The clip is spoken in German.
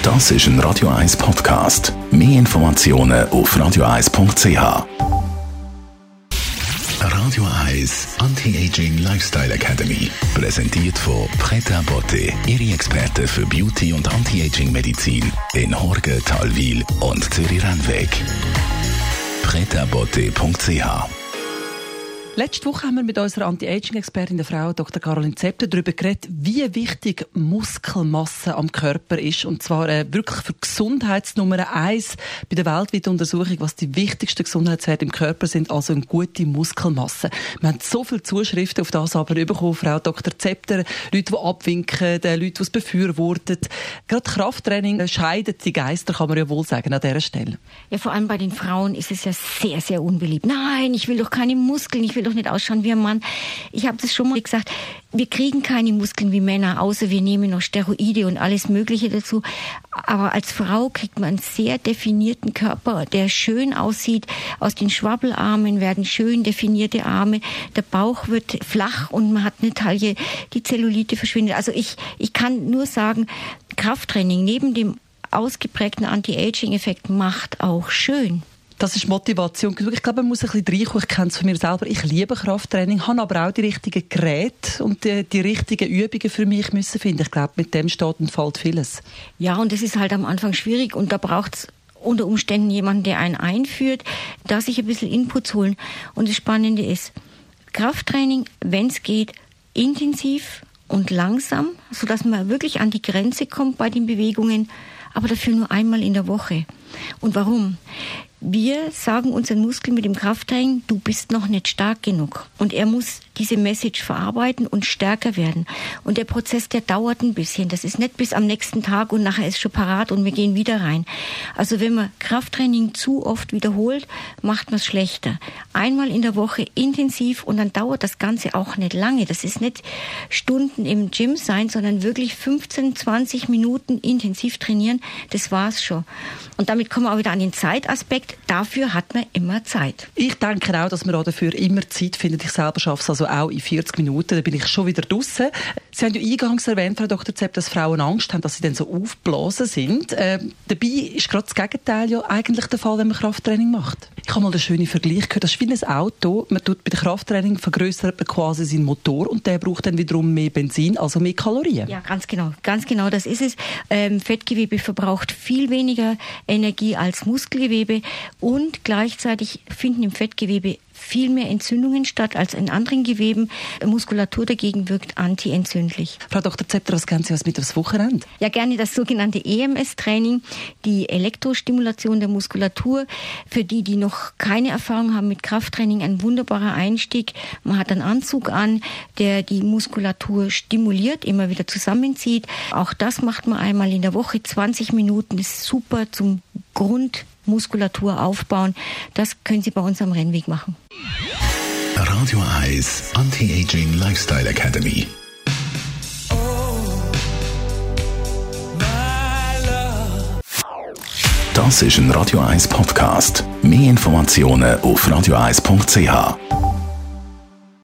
Das ist ein Radio 1 Podcast. Mehr Informationen auf radio1.ch. Radio 1 Anti-Aging Lifestyle Academy. Präsentiert von Pret à Porter. Ihre Experten für Beauty- und Anti-Aging-Medizin in Horgen, Talwil und Zürich-Rennweg. Pret-à-porter.ch. Letzte Woche haben wir mit unserer Anti-Aging-Expertin, der Frau Dr. Caroline Zepter, darüber geredet, wie wichtig Muskelmasse am Körper ist. Und zwar wirklich für Gesundheitsnummer 1 bei der weltweiten Untersuchung, was die wichtigsten Gesundheitswerte im Körper sind, also eine gute Muskelmasse. Wir haben so viele Zuschriften auf das aber bekommen, Frau Dr. Zepter, Leute, die abwinken, Leute, die es befürworten. Gerade Krafttraining scheidet die Geister, kann man ja wohl sagen, an dieser Stelle. Ja, vor allem bei den Frauen ist es ja sehr, sehr unbeliebt. Nein, ich will doch keine Muskeln, ich will doch nicht ausschauen wie ein Mann. Ich habe das schon mal gesagt, wir kriegen keine Muskeln wie Männer, außer wir nehmen noch Steroide und alles Mögliche dazu. Aber als Frau kriegt man einen sehr definierten Körper, der schön aussieht. Aus den Schwabbelarmen werden schön definierte Arme. Der Bauch wird flach und man hat eine Taille, die Zellulite verschwindet. Also ich kann nur sagen, Krafttraining neben dem ausgeprägten Anti-Aging-Effekt macht auch schön. Das ist Motivation. Ich glaube, man muss ein bisschen reinkommen. Ich kenne es von mir selber. Ich liebe Krafttraining, habe aber auch die richtigen Geräte und die richtigen Übungen für mich müssen finden. Ich glaube, mit dem steht und fällt vieles. Ja, und das ist halt am Anfang schwierig und da braucht es unter Umständen jemanden, der einen einführt, da sich ein bisschen Inputs holen. Und das Spannende ist, Krafttraining, wenn es geht, intensiv und langsam, sodass man wirklich an die Grenze kommt bei den Bewegungen, aber dafür nur einmal in der Woche. Und warum? Wir sagen unseren Muskeln mit dem Krafttraining, du bist noch nicht stark genug. Und er muss diese Message verarbeiten und stärker werden. Und der Prozess, der dauert ein bisschen. Das ist nicht bis am nächsten Tag und nachher ist schon parat und wir gehen wieder rein. Also wenn man Krafttraining zu oft wiederholt, macht man es schlechter. Einmal in der Woche intensiv und dann dauert das Ganze auch nicht lange. Das ist nicht Stunden im Gym sein, sondern wirklich 15, 20 Minuten intensiv trainieren. Das war's schon. Und damit kommen wir auch wieder an den Zeitaspekt. Dafür hat man immer Zeit. Ich denke auch, dass man auch dafür immer Zeit findet. Ich selber schaffe es also auch in 40 Minuten. Da bin ich schon wieder draussen. Sie haben ja eingangs erwähnt, Frau Dr. Zepp, dass Frauen Angst haben, dass sie dann so aufgeblasen sind. Dabei ist gerade das Gegenteil ja eigentlich der Fall, wenn man Krafttraining macht. Ich habe mal einen schönen Vergleich gehört. Das ist wie ein Auto. Man tut bei dem Krafttraining vergrößert man quasi seinen Motor und der braucht dann wiederum mehr Benzin, also mehr Kalorien. Ja, ganz genau. Ganz genau, das ist es. Fettgewebe verbraucht viel weniger Energie als Muskelgewebe und gleichzeitig finden im Fettgewebe viel mehr Entzündungen statt als in anderen Geweben. Muskulatur dagegen wirkt antientzündlich. Frau Dr. Zepter, was kennen Sie was mit aufs Wochenende? Ja, gerne das sogenannte EMS-Training, die Elektrostimulation der Muskulatur. Für die, die noch keine Erfahrung haben mit Krafttraining, ein wunderbarer Einstieg. Man hat einen Anzug an, der die Muskulatur stimuliert, immer wieder zusammenzieht. Auch das macht man einmal in der Woche, 20 Minuten, das ist super zum Grundmuskulatur aufbauen. Das können Sie bei uns am Rennweg machen. Radio 1 Anti-Aging Lifestyle Academy. Das ist ein Radio 1 Podcast. Mehr Informationen auf radio1.ch.